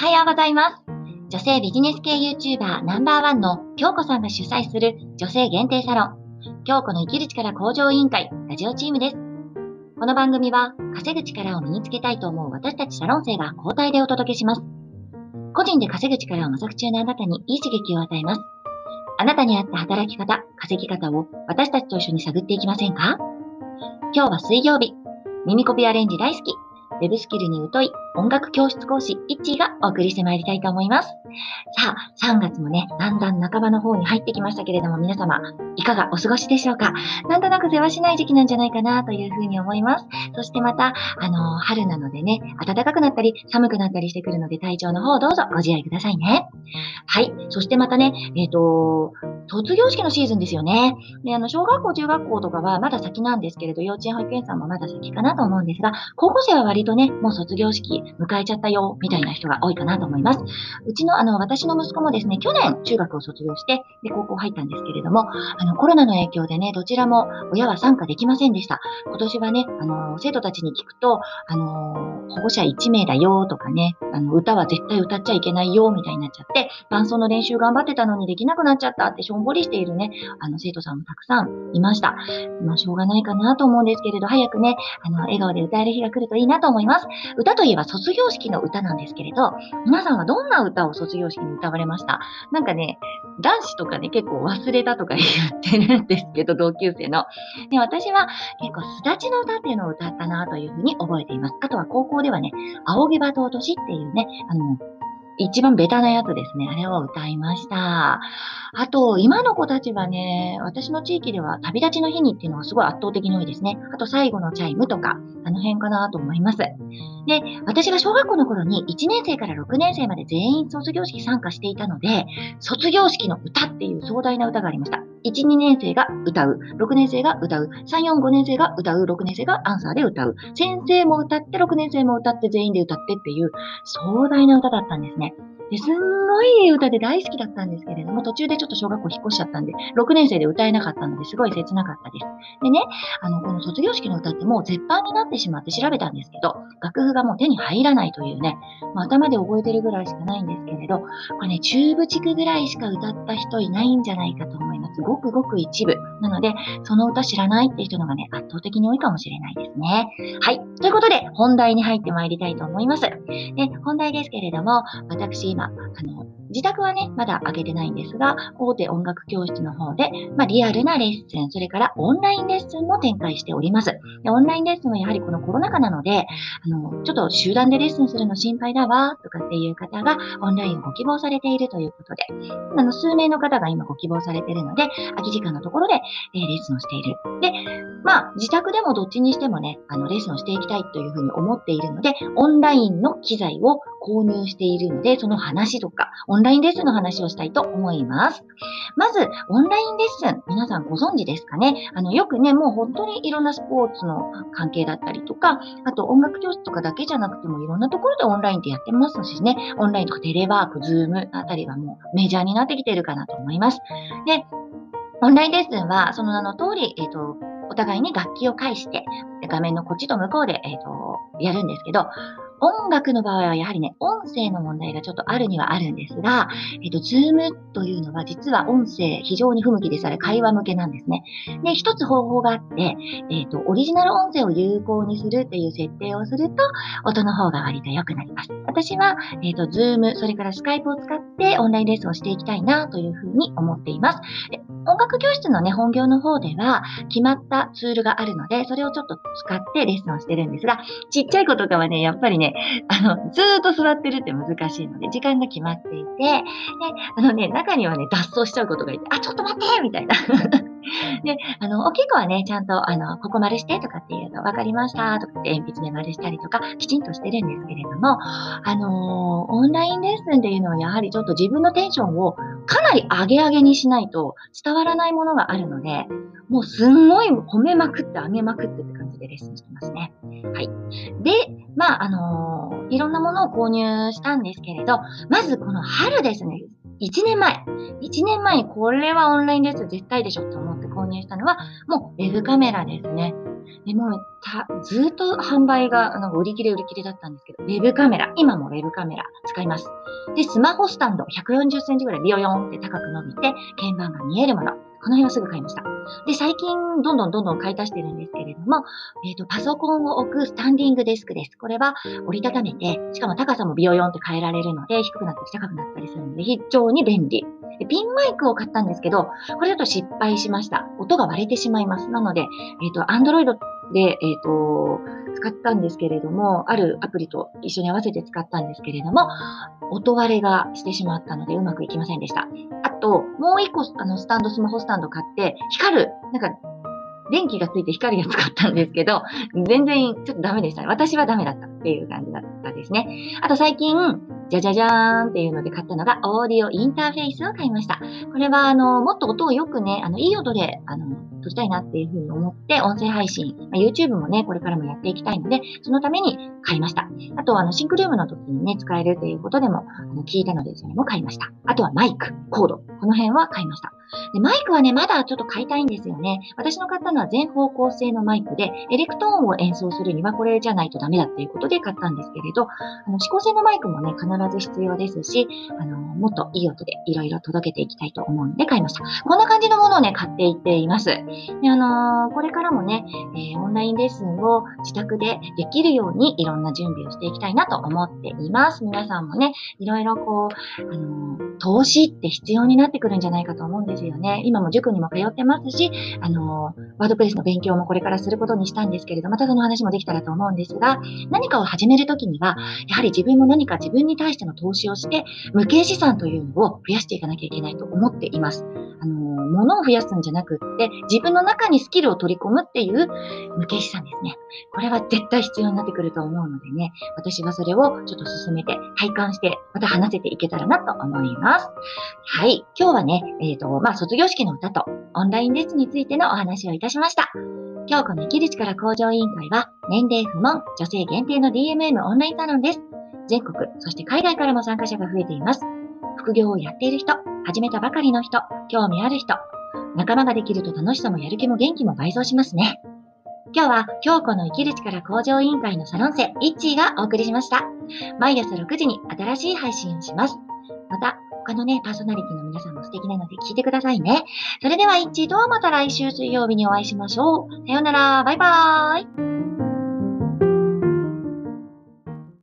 はようございます。女性ビジネス系 YouTuber ナンバーワンの京子さんが主催する女性限定サロン、京子の生きる力向上委員会ラジオチームです。この番組は稼ぐ力を身につけたいと思う私たちサロン生が交代でお届けします。個人で稼ぐ力を模索中のあなたにいい刺激を与えます。あなたに合った働き方、稼ぎ方を私たちと一緒に探っていきませんか？今日は水曜日。耳コピアレンジ大好き。ウェブスキルに疎い音楽教室講師、イッチーがお送りしてまいりたいと思います。さあ、3月もね、だんだん半ばの方に入ってきましたけれども、皆様、いかがお過ごしでしょうか？なんとなく世話しない時期なんじゃないかなというふうに思います。そしてまた、春なのでね、暖かくなったり、寒くなったりしてくるので、体調の方どうぞご自愛くださいね。はい。そしてまたね、卒業式のシーズンですよね。で、小学校、中学校とかはまだ先なんですけれど、幼稚園、保育園さんもまだ先かなと思うんですが、高校生は割とね、もう卒業式迎えちゃったよ、みたいな人が多いかなと思います。うちの、私の息子もですね、去年中学を卒業して、で、高校入ったんですけれども、コロナの影響でね、どちらも親は参加できませんでした。今年はね、生徒たちに聞くと、保護者1名だよとかね、歌は絶対歌っちゃいけないよ、みたいになっちゃって、伴奏の練習頑張ってたのにできなくなっちゃったってしょんぼりしているね、生徒さんもたくさんいました。まあ、しょうがないかなと思うんですけれど、早くね、笑顔で歌える日が来るといいなと思います。歌といえば卒業式の歌なんですけれど、皆さんはどんな歌を卒業式に歌われました？なんかね、男子とかね、結構忘れたとか言ってるんですけど、同級生の。で、私は結構すだちの歌っていうのを歌ったなというふうに覚えています。あとは高校ではね、仰げば尊しっていうね、一番ベタなやつですね。あれを歌いました。あと、今の子たちはね、私の地域では旅立ちの日にっていうのがすごい圧倒的に多いですね。あと、最後のチャイムとか、あの辺かなと思います。で、私が小学校の頃に1年生から6年生まで全員卒業式参加していたので、卒業式の歌っていう壮大な歌がありました。1、2年生が歌う、6年生が歌う、3、4、5年生が歌う、6年生がアンサーで歌う、先生も歌って、6年生も歌って、全員で歌ってっていう壮大な歌だったんですね。で、すんごい歌で大好きだったんですけれども、途中でちょっと小学校引っ越しちゃったんで、6年生で歌えなかったのですごい切なかったです。でね、この卒業式の歌ってもう絶版になってしまって調べたんですけど、楽譜がもう手に入らないというね、頭で覚えてるぐらいしかないんですけれど、これね、中部地区ぐらいしか歌った人いないんじゃないかと思います。ごくごく一部。なので、その歌知らないっていう人のがね、圧倒的に多いかもしれないですね。はい。ということで、本題に入ってまいりたいと思います。で、本題ですけれども、私今、自宅はね、まだ開けてないんですが、大手音楽教室の方で、リアルなレッスン、それからオンラインレッスンも展開しております。で、オンラインレッスンはやはりこのコロナ禍なので、ちょっと集団でレッスンするの心配だわ、とかっていう方がオンラインをご希望されているということで、数名の方が今ご希望されているので、空き時間のところで、レッスンをしている。で、自宅でもどっちにしてもね、レッスンをしていきたいというふうに思っているので、オンラインの機材を購入しているので、その話とか、オンラインレッスンの話をしたいと思います。まず、オンラインレッスン、皆さんご存知ですかね？よくね、もう本当にいろんなスポーツの関係だったりとか、あと音楽教室とかだけじゃなくてもいろんなところでオンラインってやってますしね、オンラインとかテレワーク、ズームあたりはもうメジャーになってきているかなと思います。で、オンラインレッスンは、その名の通り、お互いに楽器を介して、画面のこっちと向こうで、やるんですけど、音楽の場合はやはりね、音声の問題がちょっとあるにはあるんですが、ズームというのは実は音声非常に不向きでさえ会話向けなんですね。で、一つ方法があって、オリジナル音声を有効にするっていう設定をすると、音の方が割と良くなります。私は、ズーム、それからスカイプを使ってオンラインレッスンをしていきたいなというふうに思っています。で、音楽教室のね、本業の方では、決まったツールがあるので、それをちょっと使ってレッスンをしてるんですが、ちっちゃい子とかはね、やっぱりね、ずーっと座ってるって難しいので、時間が決まっていて、で、中にはね、脱走しちゃうことがいて、あ、ちょっと待ってみたいな。で、大きい子はね、ちゃんと、ここ丸してとかっていうと、わかりましたとかって鉛筆で丸したりとか、きちんとしてるんですけれども、オンラインレッスンっていうのはやはりちょっと自分のテンションをかなり上げ上げにしないと伝わらないものがあるので、もうすんごい褒めまくって上げまくってって感じでレッスンしてますね。はい。で、いろんなものを購入したんですけれど、まずこの春ですね、1年前。1年前にこれはオンラインレッスン絶対でしょと思って購入したのは、もうウェブカメラですね。 でもずっと販売が売り切れだったんですけど、ウェブカメラ、今もウェブカメラ使います。で、スマホスタンド140センチぐらいビヨヨンって高く伸びて、鍵盤が見えるもの。この辺はすぐ買いました。で、最近、どんどん買い足してるんですけれども、パソコンを置くスタンディングデスクです。これは折りたためて、しかも高さもビヨヨンって変えられるので、低くなったり高くなったりするので、非常に便利。で、ピンマイクを買ったんですけど、これだと失敗しました。音が割れてしまいます。なので、Android で、使ったんですけれども、あるアプリと一緒に合わせて使ったんですけれども、音割れがしてしまったのでうまくいきませんでした。あと、もう一個、スマホスタンド買って、光る、電気がついて光が使ったんですけど、全然ちょっとダメでしたね。私はダメだったっていう感じだったですね。あと最近、じゃじゃじゃーんっていうので買ったのが、オーディオインターフェースを買いました。これは、もっと音をよくね、いい音で、撮りたいなっていうふうに思って、音声配信、YouTube もね、これからもやっていきたいので、そのために買いました。あと、シンクルームの時にね、使えるということでも、聞いたので、それも買いました。あとはマイク、コード、この辺は買いました。で、マイクはね、まだちょっと買いたいんですよね。私の買ったのは全方向性のマイクで、エレクトーンを演奏するにはこれじゃないとダメだっていうことで買ったんですけれど、指向性のマイクもね、必ず必要ですし、もっといい音でいろいろ届けていきたいと思うので買いました。こんな感じのものをね、買っていっています。で、これからもね、オンラインレッスンを自宅でできるようにいろんな準備をしていきたいなと思っています。皆さんもね、いろいろ投資って必要になってくるんじゃないかと思うんですよね。今も塾にも通ってますし、ワードプレスの勉強もこれからすることにしたんですけれど、またその話もできたらと思うんですが、何かを始めるときには、やはり自分も何か自分に対しての投資をして、無形資産というのを増やしていかなきゃいけないと思っています。物を増やすんじゃなくって、自分の中にスキルを取り込むっていう無形資産ですね。これは絶対必要になってくると思うのでね、私はそれをちょっと進めて、体感して、また話せていけたらなと思います。はい。今日はね、卒業式の歌とオンラインレッスンについてのお話をいたしました。京子の生きる力向上委員会は、年齢不問、女性限定の DMM オンラインサロンです。全国、そして海外からも参加者が増えています。副業をやっている人、始めたばかりの人、興味ある人、仲間ができると楽しさもやる気も元気も倍増しますね。今日は、京子の生きる力向上委員会のサロン生、イッチーがお送りしました。毎朝6時に新しい配信をします。また、他のね、パーソナリティの皆さんも素敵なので聞いてくださいね。それでは、イッチーとまた来週水曜日にお会いしましょう。さようなら、バイバーイ。